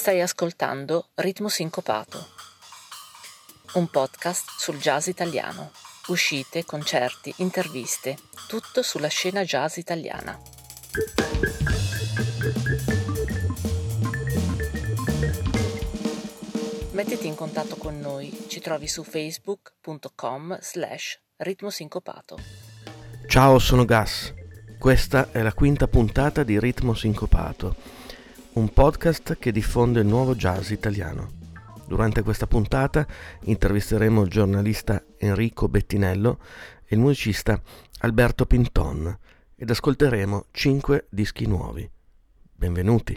Stai ascoltando Ritmo Sincopato, un podcast sul jazz italiano. Uscite, concerti, interviste, tutto sulla scena jazz italiana. Mettiti in contatto con noi, ci trovi su facebook.com/ritmosincopato. Ciao, sono Gas. Questa è la quinta puntata di Ritmo Sincopato, un podcast che diffonde il nuovo jazz italiano. Durante questa puntata intervisteremo il giornalista Enrico Bettinello e il musicista Alberto Pinton ed ascolteremo 5 dischi nuovi. Benvenuti!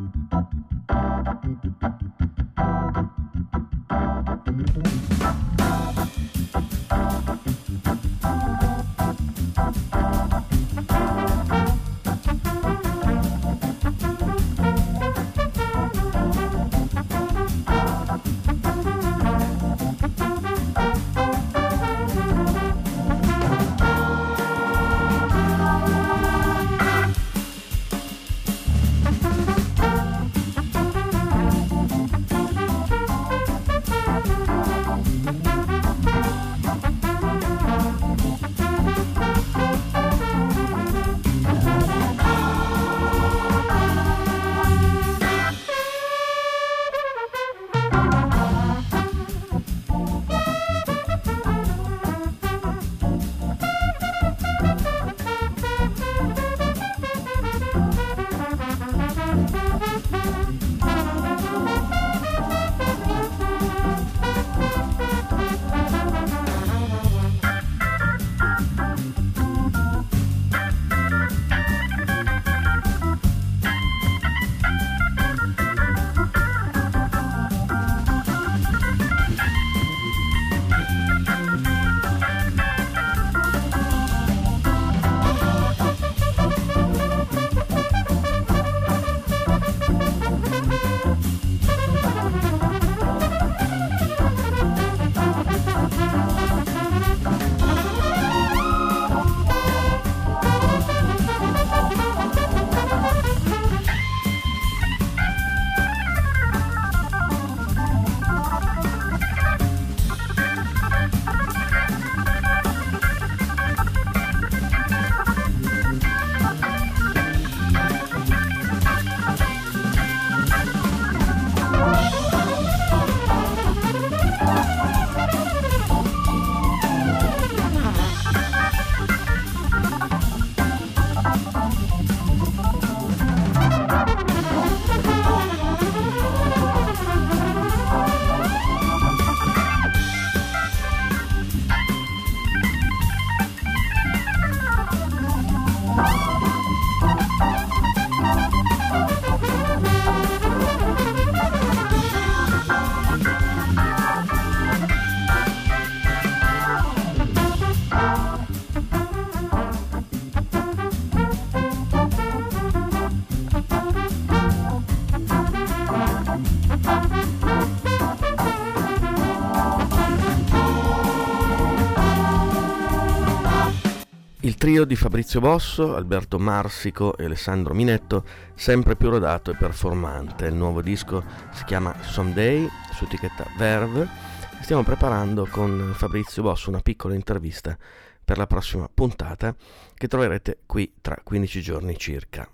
Il trio di Fabrizio Bosso, Alberto Marsico e Alessandro Minetto, sempre più rodato e performante. Il nuovo disco si chiama Someday, su etichetta Verve. Stiamo preparando con Fabrizio Bosso una piccola intervista per la prossima puntata che troverete qui tra 15 giorni circa.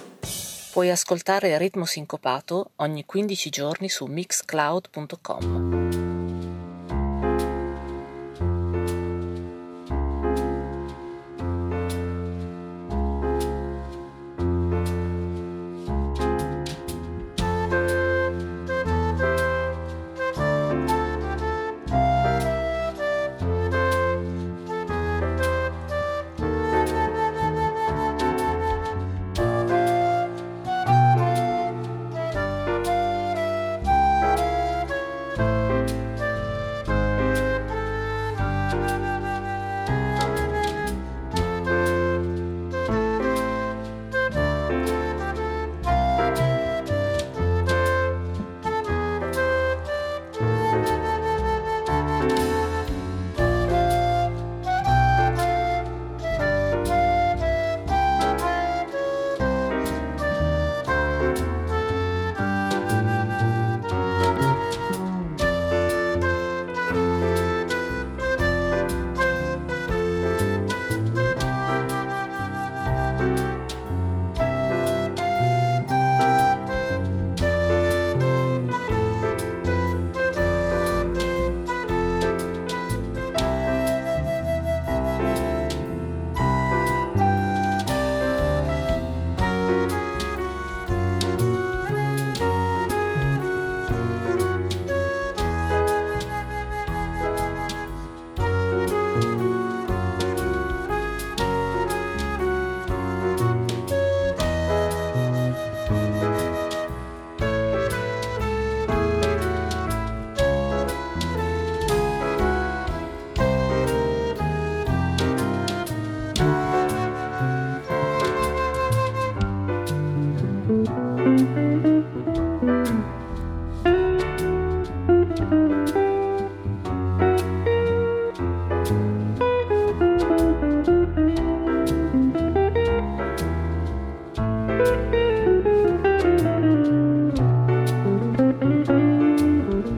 Puoi ascoltare Ritmo Sincopato ogni 15 giorni su mixcloud.com.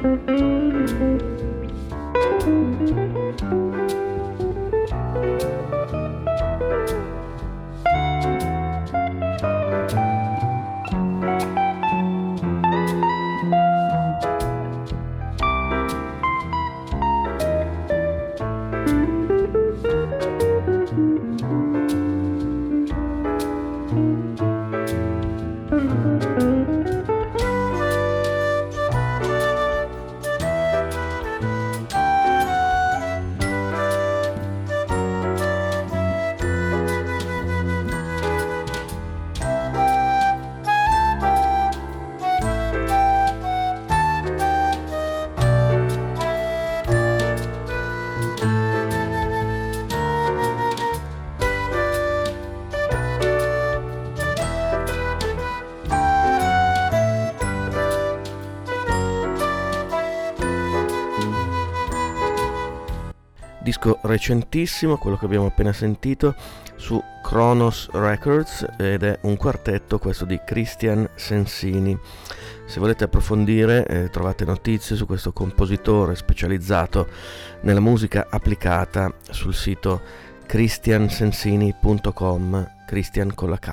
Disco recentissimo, quello che abbiamo appena sentito, su Kronos Records, ed è un quartetto questo di Christian Sensini. Se volete approfondire trovate notizie su questo compositore specializzato nella musica applicata sul sito christiansensini.com, Christian con la K.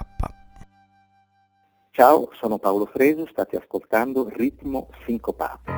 Ciao, sono Paolo Fresu, state ascoltando Ritmo Sincopato.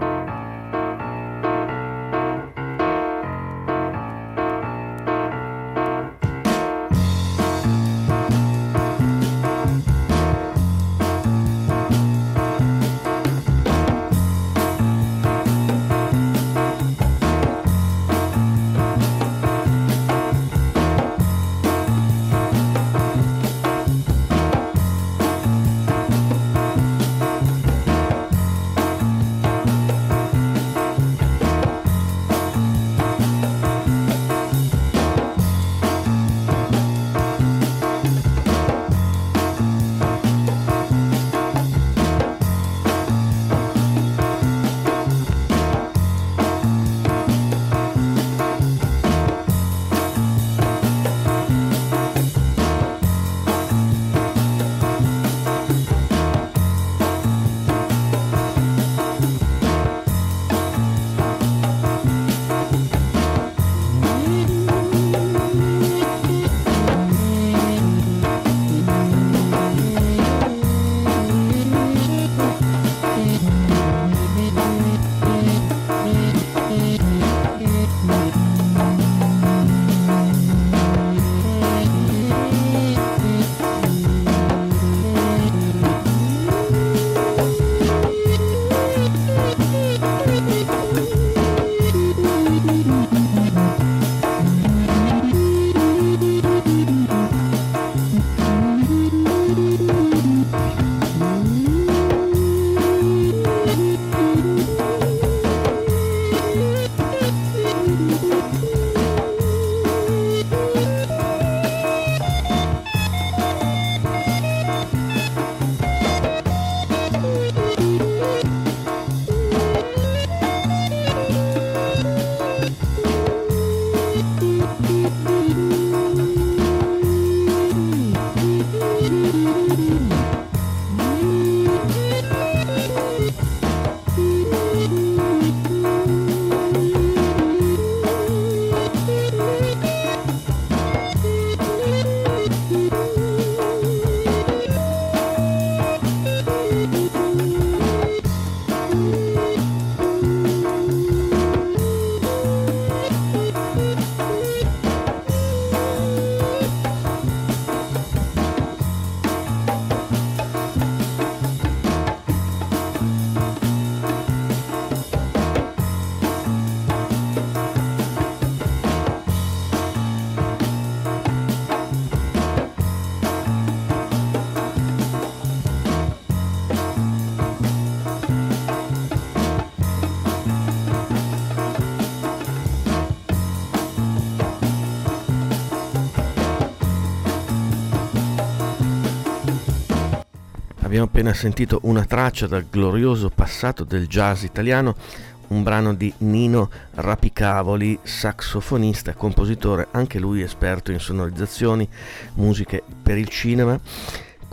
Abbiamo appena sentito una traccia dal glorioso passato del jazz italiano, un brano di Nino Rapicavoli, sassofonista, compositore, anche lui esperto in sonorizzazioni, musiche per il cinema.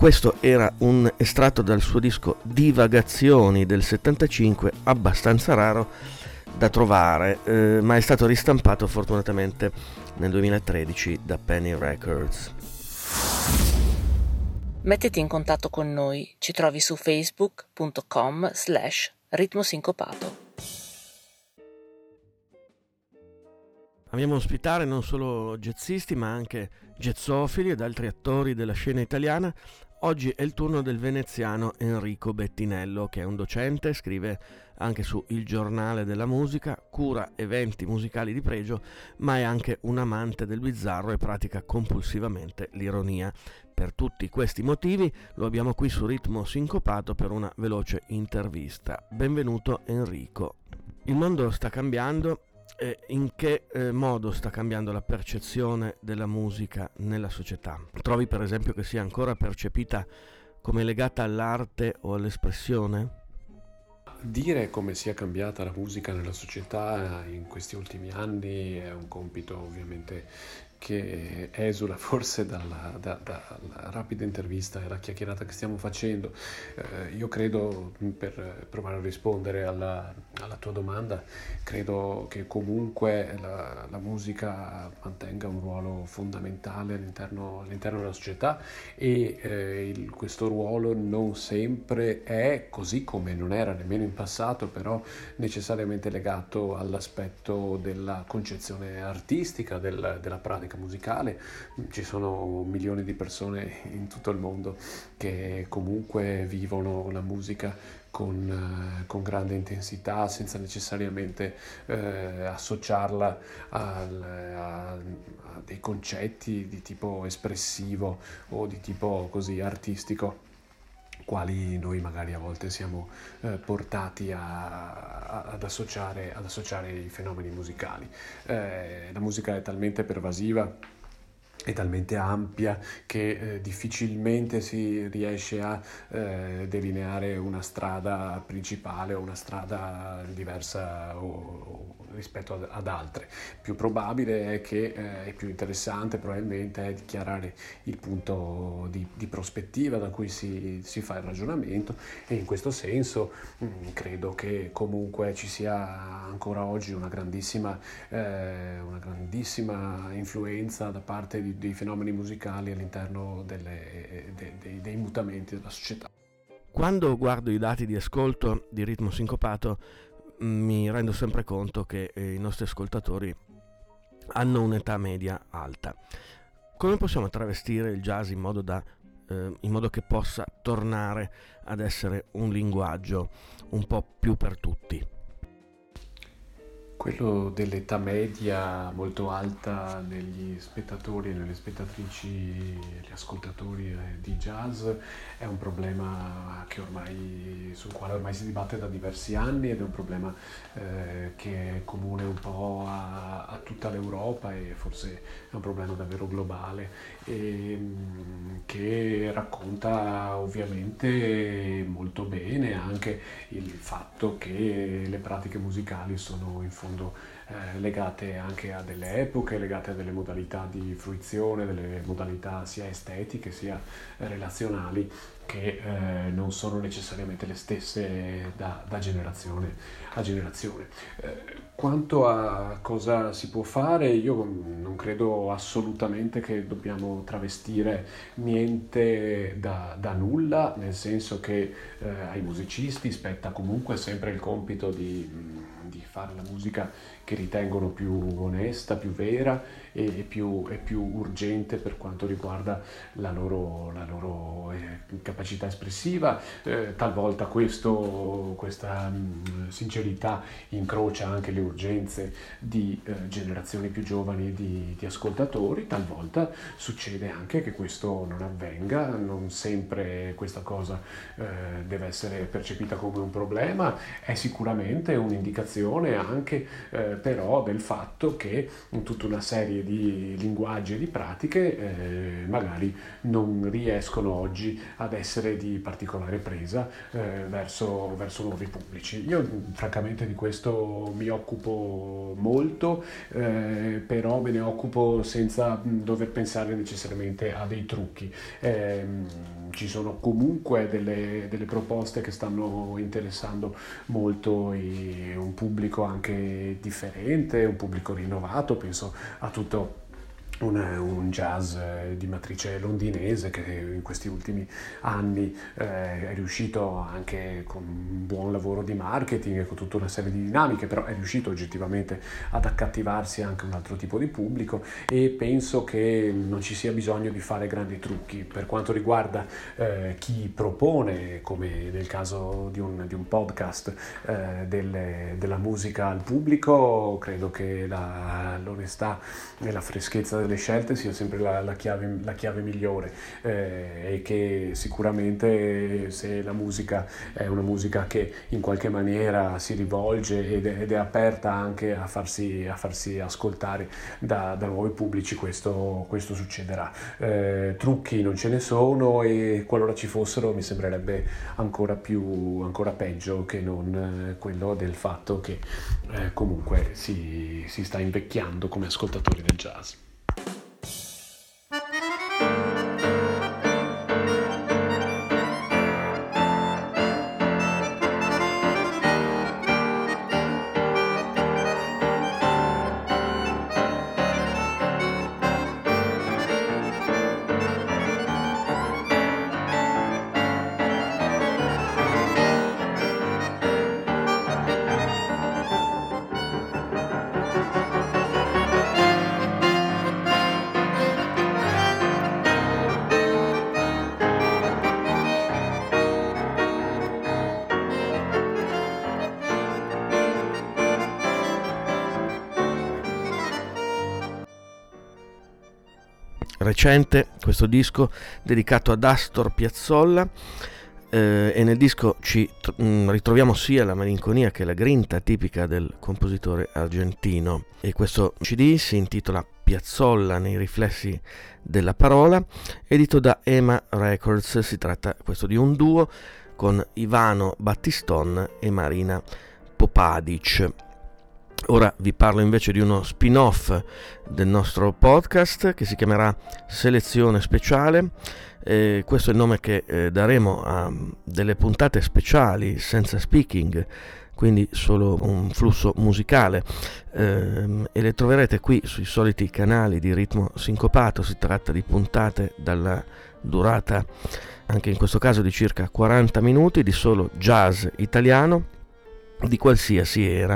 Questo era un estratto dal suo disco Divagazioni del 75, abbastanza raro da trovare, ma è stato ristampato fortunatamente nel 2013 da Penny Records. Mettiti in contatto con noi, ci trovi su facebook.com/ritmosincopato. Amiamo ospitare non solo jazzisti ma anche jazzofili ed altri attori della scena italiana. Oggi è il turno del veneziano Enrico Bettinello, che è un docente, scrive anche su Il Giornale della Musica, cura eventi musicali di pregio, ma è anche un amante del bizzarro e pratica compulsivamente l'ironia. Per tutti questi motivi lo abbiamo qui su Ritmo Sincopato per una veloce intervista. Benvenuto Enrico. Il mondo sta cambiando. In che modo sta cambiando la percezione della musica nella società? Trovi per esempio che sia ancora percepita come legata all'arte o all'espressione? Dire come sia cambiata la musica nella società in questi ultimi anni è un compito ovviamente che esula forse dalla rapida intervista e la chiacchierata che stiamo facendo. Io credo, per provare a rispondere alla tua domanda, credo che comunque la musica mantenga un ruolo fondamentale all'interno della società e questo ruolo non sempre è, così come non era nemmeno in passato, però necessariamente legato all'aspetto della concezione artistica, della pratica musicale. Ci sono milioni di persone in tutto il mondo che comunque vivono la musica con grande intensità, senza necessariamente associarla a dei concetti di tipo espressivo o di tipo così artistico, quali noi magari a volte siamo portati ad associare i fenomeni musicali. La musica è talmente pervasiva, è talmente ampia che difficilmente si riesce a delineare una strada principale o una strada diversa rispetto ad altre. Più probabile è che è più interessante probabilmente è dichiarare il punto di prospettiva da cui si fa il ragionamento, e in questo senso credo che comunque ci sia ancora oggi una grandissima influenza da parte dei fenomeni musicali all'interno dei mutamenti della società. Quando guardo i dati di ascolto di Ritmo Sincopato mi rendo sempre conto che i nostri ascoltatori hanno un'età media alta. Come possiamo travestire il jazz in modo che possa tornare ad essere un linguaggio un po' più per tutti? Quello dell'età media molto alta negli spettatori e nelle spettatrici, gli ascoltatori di jazz, è un problema sul quale ormai si dibatte da diversi anni, ed è un problema che è comune un po' a tutta l'Europa, e forse è un problema davvero globale, e che racconta ovviamente molto bene anche il fatto che le pratiche musicali sono in fondo legate anche a delle epoche, legate a delle modalità di fruizione, delle modalità sia estetiche sia relazionali, che non sono necessariamente le stesse da generazione a generazione. Quanto a cosa si può fare, io non credo assolutamente che dobbiamo travestire niente da nulla, nel senso che ai musicisti spetta comunque sempre il compito di fare la musica che ritengono più onesta, più vera e più urgente per quanto riguarda la loro capacità espressiva. Talvolta questa sincerità incrocia anche le urgenze di generazioni più giovani di ascoltatori. Talvolta succede anche che questo non avvenga, non sempre questa cosa deve essere percepita come un problema, è sicuramente un'indicazione un'evoluzione anche però del fatto che tutta una serie di linguaggi e di pratiche magari non riescono oggi ad essere di particolare presa verso nuovi pubblici. Io francamente di questo mi occupo molto, però me ne occupo senza dover pensare necessariamente a dei trucchi. Ci sono comunque delle proposte che stanno interessando molto un pubblico anche differente, un pubblico rinnovato, penso a tutto un jazz di matrice londinese che in questi ultimi anni è riuscito anche con un buon lavoro di marketing e con tutta una serie di dinamiche, però è riuscito oggettivamente ad accattivarsi anche un altro tipo di pubblico, e penso che non ci sia bisogno di fare grandi trucchi. Per quanto riguarda chi propone, come nel caso di un podcast, della musica al pubblico, credo che l'onestà e la freschezza delle scelte sia sempre la chiave migliore, e che sicuramente se la musica è una musica che in qualche maniera si rivolge ed è aperta anche a farsi ascoltare da nuovi pubblici, questo succederà. Trucchi non ce ne sono, e qualora ci fossero mi sembrerebbe ancora peggio che non quello del fatto che comunque si sta invecchiando come ascoltatori del jazz. Recente questo disco dedicato ad Astor Piazzolla, e nel disco ci ritroviamo sia la malinconia che la grinta tipica del compositore argentino, e questo CD si intitola Piazzolla nei riflessi della parola, edito da EMA Records. Si tratta questo di un duo con Ivano Battiston e Marina Popadic. Ora vi parlo invece di uno spin-off del nostro podcast che si chiamerà Selezione Speciale. Questo è il nome che daremo a delle puntate speciali senza speaking, quindi solo un flusso musicale, e le troverete qui sui soliti canali di Ritmo Sincopato. Si tratta di puntate dalla durata, anche in questo caso, di circa 40 minuti di solo jazz italiano di qualsiasi era,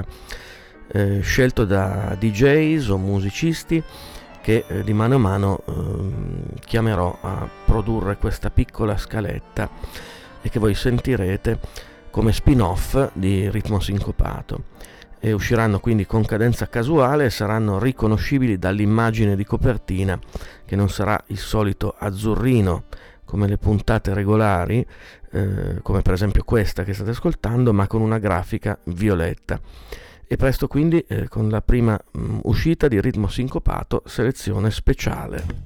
scelto da DJs o musicisti che di mano a mano chiamerò a produrre questa piccola scaletta e che voi sentirete come spin-off di Ritmo Sincopato, e usciranno quindi con cadenza casuale e saranno riconoscibili dall'immagine di copertina, che non sarà il solito azzurrino come le puntate regolari, come per esempio questa che state ascoltando, ma con una grafica violetta. E presto quindi con la prima uscita di Ritmo Sincopato, selezione speciale.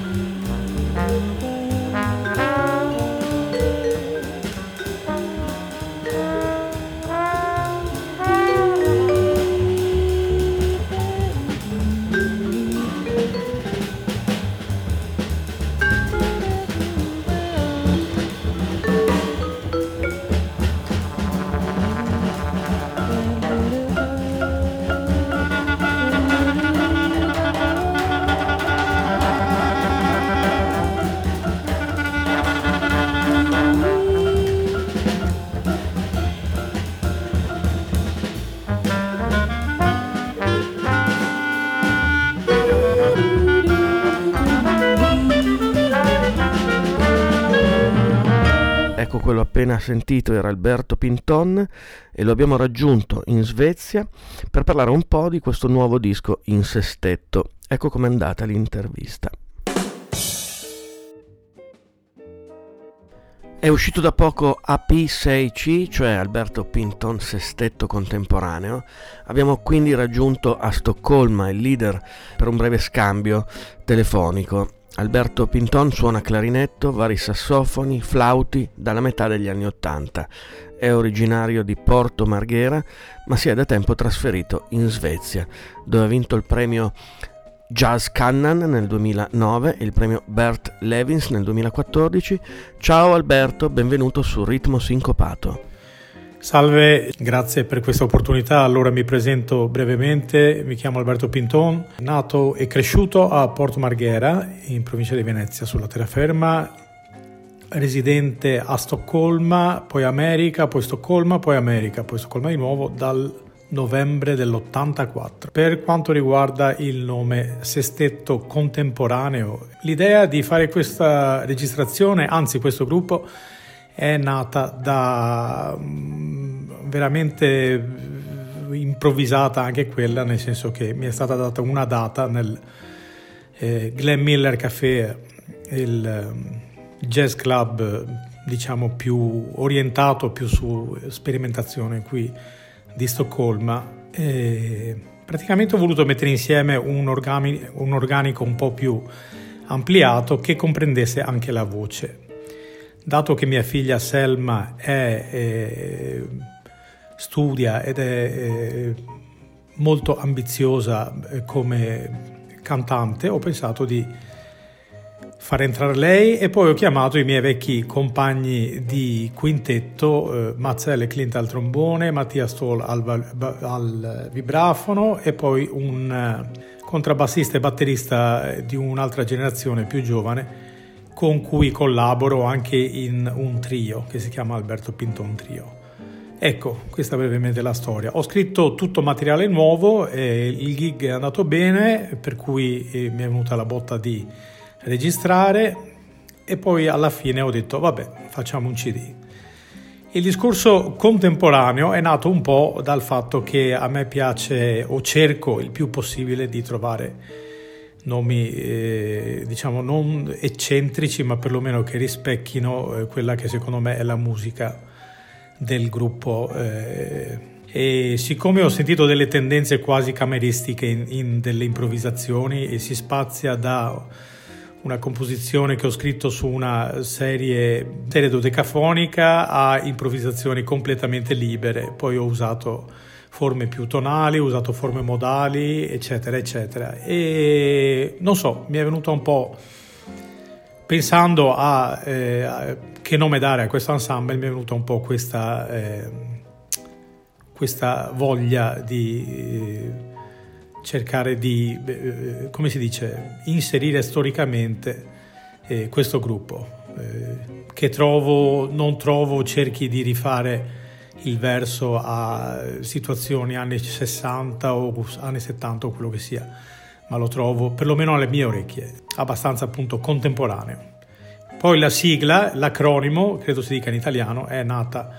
Ecco, quello appena sentito era Alberto Pinton e lo abbiamo raggiunto in Svezia per parlare un po' di questo nuovo disco in sestetto. Ecco com'è andata l'intervista. È uscito da poco AP6C, cioè Alberto Pinton Sestetto Contemporaneo. Abbiamo quindi raggiunto a Stoccolma il leader per un breve scambio telefonico. Alberto Pinton suona clarinetto, vari sassofoni, flauti dalla metà degli anni '80. È originario di Porto Marghera, ma si è da tempo trasferito in Svezia, dove ha vinto il premio Jazz Cannan nel 2009 e il premio Bert Levins nel 2014. Ciao Alberto, benvenuto su Ritmo Sincopato. Salve, grazie per questa opportunità. Allora mi presento brevemente, mi chiamo Alberto Pinton, nato e cresciuto a Porto Marghera, in provincia di Venezia, sulla terraferma, residente a Stoccolma, poi America, poi Stoccolma, poi America, poi Stoccolma di nuovo dal novembre dell'84. Per quanto riguarda il nome Sestetto Contemporaneo, l'idea di fare questa registrazione, anzi questo gruppo, è nata da veramente improvvisata anche quella, nel senso che mi è stata data una data nel Glenn Miller Café, il jazz club diciamo più orientato più su sperimentazione qui di Stoccolma. Praticamente ho voluto mettere insieme un organico un po' più ampliato che comprendesse anche la voce. Dato che mia figlia Selma studia ed è molto ambiziosa come cantante, ho pensato di far entrare lei e poi ho chiamato i miei vecchi compagni di quintetto, Mazzelle Clint al trombone, Mattia Stoll al vibrafono e poi un contrabbassista e batterista di un'altra generazione più giovane, con cui collaboro anche in un trio che si chiama Alberto Pinton Trio. Ecco, questa è brevemente la storia. Ho scritto tutto materiale nuovo, il gig è andato bene, per cui mi è venuta la botta di registrare e poi alla fine ho detto vabbè, facciamo un CD. Il discorso contemporaneo è nato un po' dal fatto che a me piace o cerco il più possibile di trovare nomi diciamo non eccentrici, ma perlomeno che rispecchino quella che secondo me è la musica del gruppo, e siccome ho sentito delle tendenze quasi cameristiche in delle improvvisazioni e si spazia da una composizione che ho scritto su una serie dodecafonica a improvvisazioni completamente libere, poi ho usato forme più tonali, ho usato forme modali, eccetera, eccetera. E non so, mi è venuto un po', pensando a che nome dare a questo ensemble, mi è venuta un po' questa voglia di cercare di, come si dice, inserire storicamente questo gruppo, che non trovo cerchi di rifare il verso a situazioni anni 60 o anni 70 o quello che sia, ma lo trovo, perlomeno alle mie orecchie, abbastanza appunto contemporaneo. Poi la sigla, l'acronimo, credo si dica in italiano, è nata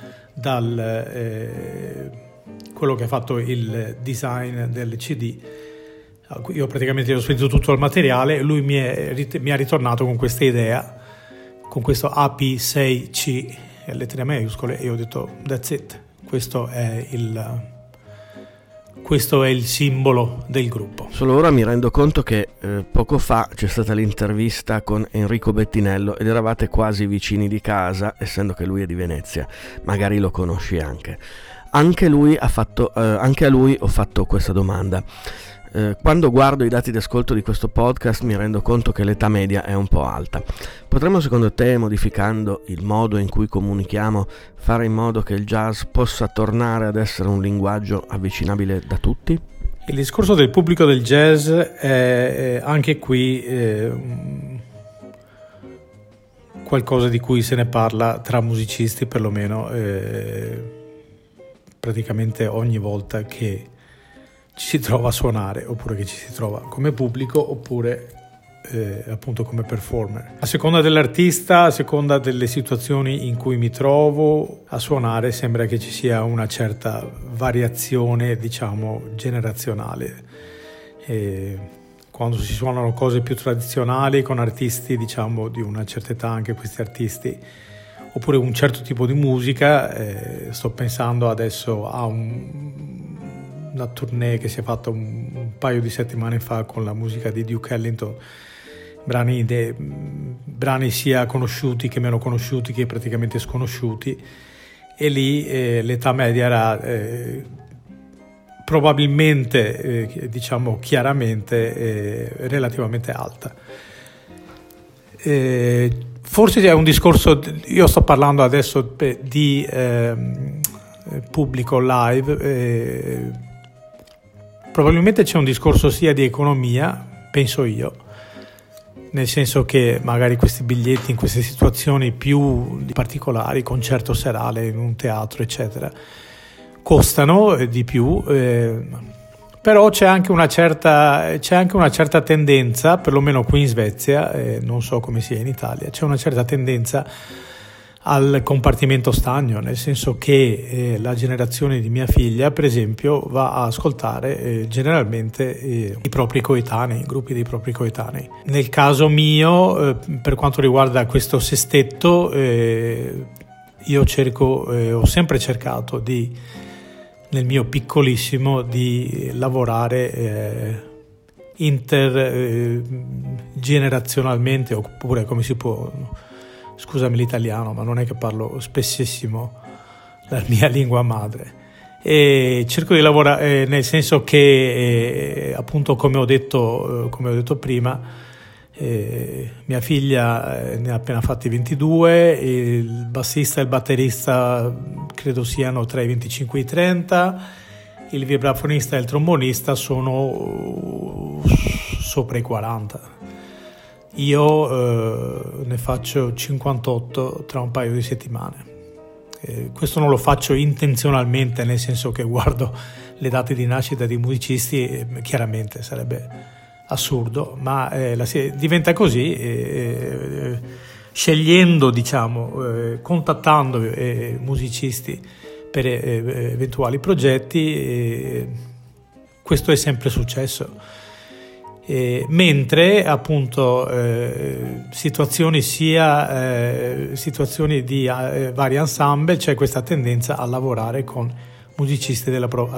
dal quello che ha fatto il design del CD. Io praticamente ho spedito tutto il materiale e lui mi ha ritornato con questa idea, con questo AP6C, lettere maiuscole, e ho detto that's it, questo è questo è il simbolo del gruppo. Solo ora mi rendo conto che poco fa c'è stata l'intervista con Enrico Bettinello ed eravate quasi vicini di casa, essendo che lui è di Venezia, magari lo conosci anche. Anche a lui ho fatto questa domanda. Quando guardo i dati di ascolto di questo podcast mi rendo conto che l'età media è un po' alta. Potremmo, secondo te, modificando il modo in cui comunichiamo, fare in modo che il jazz possa tornare ad essere un linguaggio avvicinabile da tutti? Il discorso del pubblico del jazz è anche qui qualcosa di cui se ne parla tra musicisti, perlomeno praticamente ogni volta che ci si trova a suonare, oppure che ci si trova come pubblico, oppure appunto come performer. A seconda dell'artista, a seconda delle situazioni in cui mi trovo a suonare, sembra che ci sia una certa variazione, diciamo, generazionale. Quando si suonano cose più tradizionali con artisti, diciamo, di una certa età, anche questi artisti, oppure un certo tipo di musica, sto pensando adesso a una tournée che si è fatta un paio di settimane fa con la musica di Duke Ellington, brani sia conosciuti che meno conosciuti, che praticamente sconosciuti, e lì l'età media era probabilmente, diciamo chiaramente, relativamente alta. Forse è un discorso, io sto parlando adesso di pubblico live, probabilmente c'è un discorso sia di economia, penso io, nel senso che magari questi biglietti in queste situazioni più particolari, concerto serale in un teatro eccetera, costano di più, però c'è anche una certa tendenza, perlomeno qui in Svezia, non so come sia in Italia, c'è una certa tendenza al compartimento stagno, nel senso che la generazione di mia figlia, per esempio, va a ascoltare generalmente i propri coetanei, i gruppi dei propri coetanei. Nel caso mio, per quanto riguarda questo sestetto, io ho sempre cercato nel mio piccolissimo, di lavorare intergenerazionalmente, oppure come si può... Scusami l'italiano, ma non è che parlo spessissimo la mia lingua madre. E cerco di lavorare nel senso che, appunto, come ho detto prima, mia figlia ne ha appena fatti 22, il bassista e il batterista credo siano tra i 25 e i 30, il vibrafonista e il trombonista sono sopra i 40. Io ne faccio 58 tra un paio di settimane. Questo non lo faccio intenzionalmente, nel senso che guardo le date di nascita dei musicisti, chiaramente sarebbe assurdo, ma diventa così, scegliendo, diciamo, contattando musicisti per eventuali progetti, questo è sempre successo. Mentre appunto situazioni di vari ensemble, c'è questa tendenza a lavorare con musicisti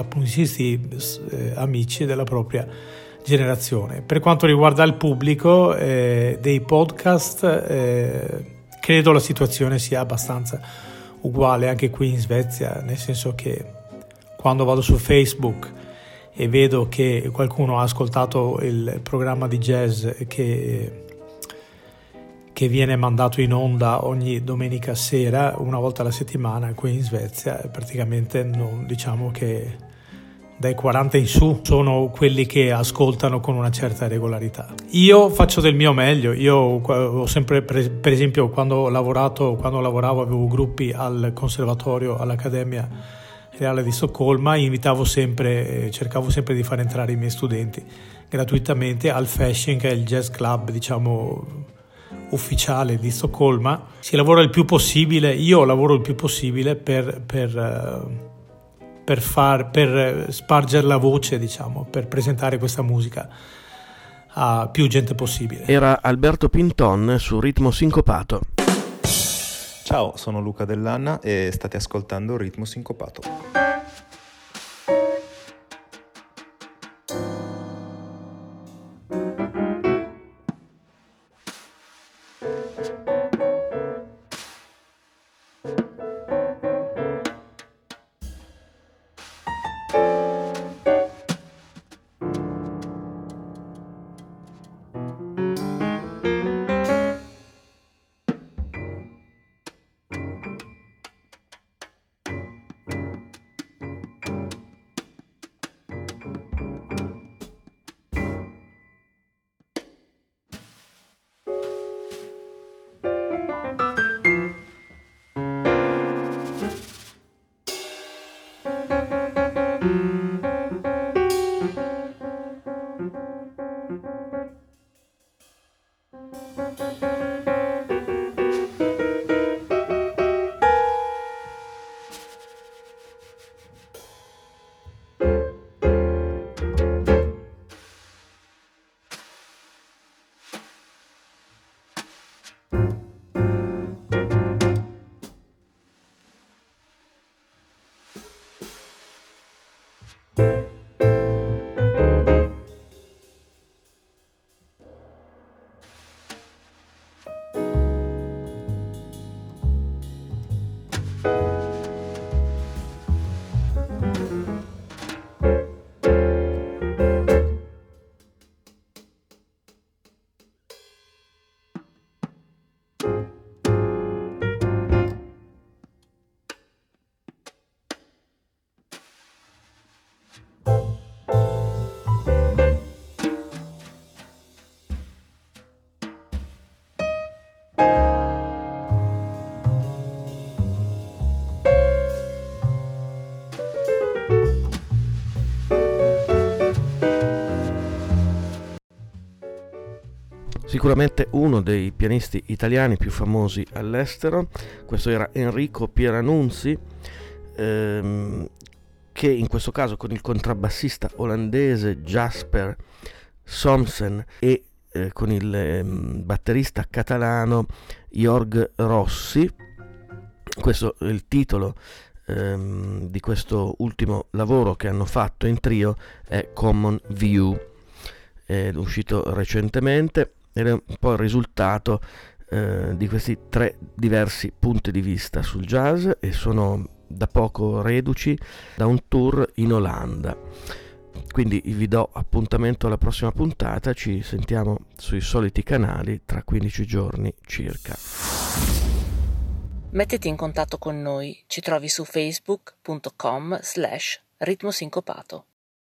amici della propria generazione. Per quanto riguarda il pubblico dei podcast, credo la situazione sia abbastanza uguale anche qui in Svezia, nel senso che quando vado su Facebook e vedo che qualcuno ha ascoltato il programma di jazz che viene mandato in onda ogni domenica sera, una volta alla settimana qui in Svezia, praticamente diciamo che dai 40 in su sono quelli che ascoltano con una certa regolarità. Io faccio del mio meglio, io ho sempre, per esempio, quando lavoravo avevo gruppi al conservatorio, all'Accademia Reale di Stoccolma, cercavo sempre di far entrare i miei studenti gratuitamente al Fasching, che è il jazz club, diciamo, ufficiale di Stoccolma. Io lavoro il più possibile per spargere la voce, diciamo, per presentare questa musica a più gente possibile. Era Alberto Pinton su Ritmo Sincopato. Ciao, sono Luca Dell'Anna e state ascoltando Ritmo Sincopato. Sicuramente uno dei pianisti italiani più famosi all'estero, questo era Enrico Pieranunzi, che in questo caso con il contrabbassista olandese Jasper Somsen e con il batterista catalano Jorg Rossi. Questo è il titolo di questo ultimo lavoro che hanno fatto in trio, è Common View, è uscito recentemente ed è un po' il risultato di questi tre diversi punti di vista sul jazz, e sono da poco reduci da un tour in Olanda. Quindi vi do appuntamento alla prossima puntata, ci sentiamo sui soliti canali tra 15 giorni circa. Mettiti in contatto con noi, ci trovi su facebook.com/ritmosincopato.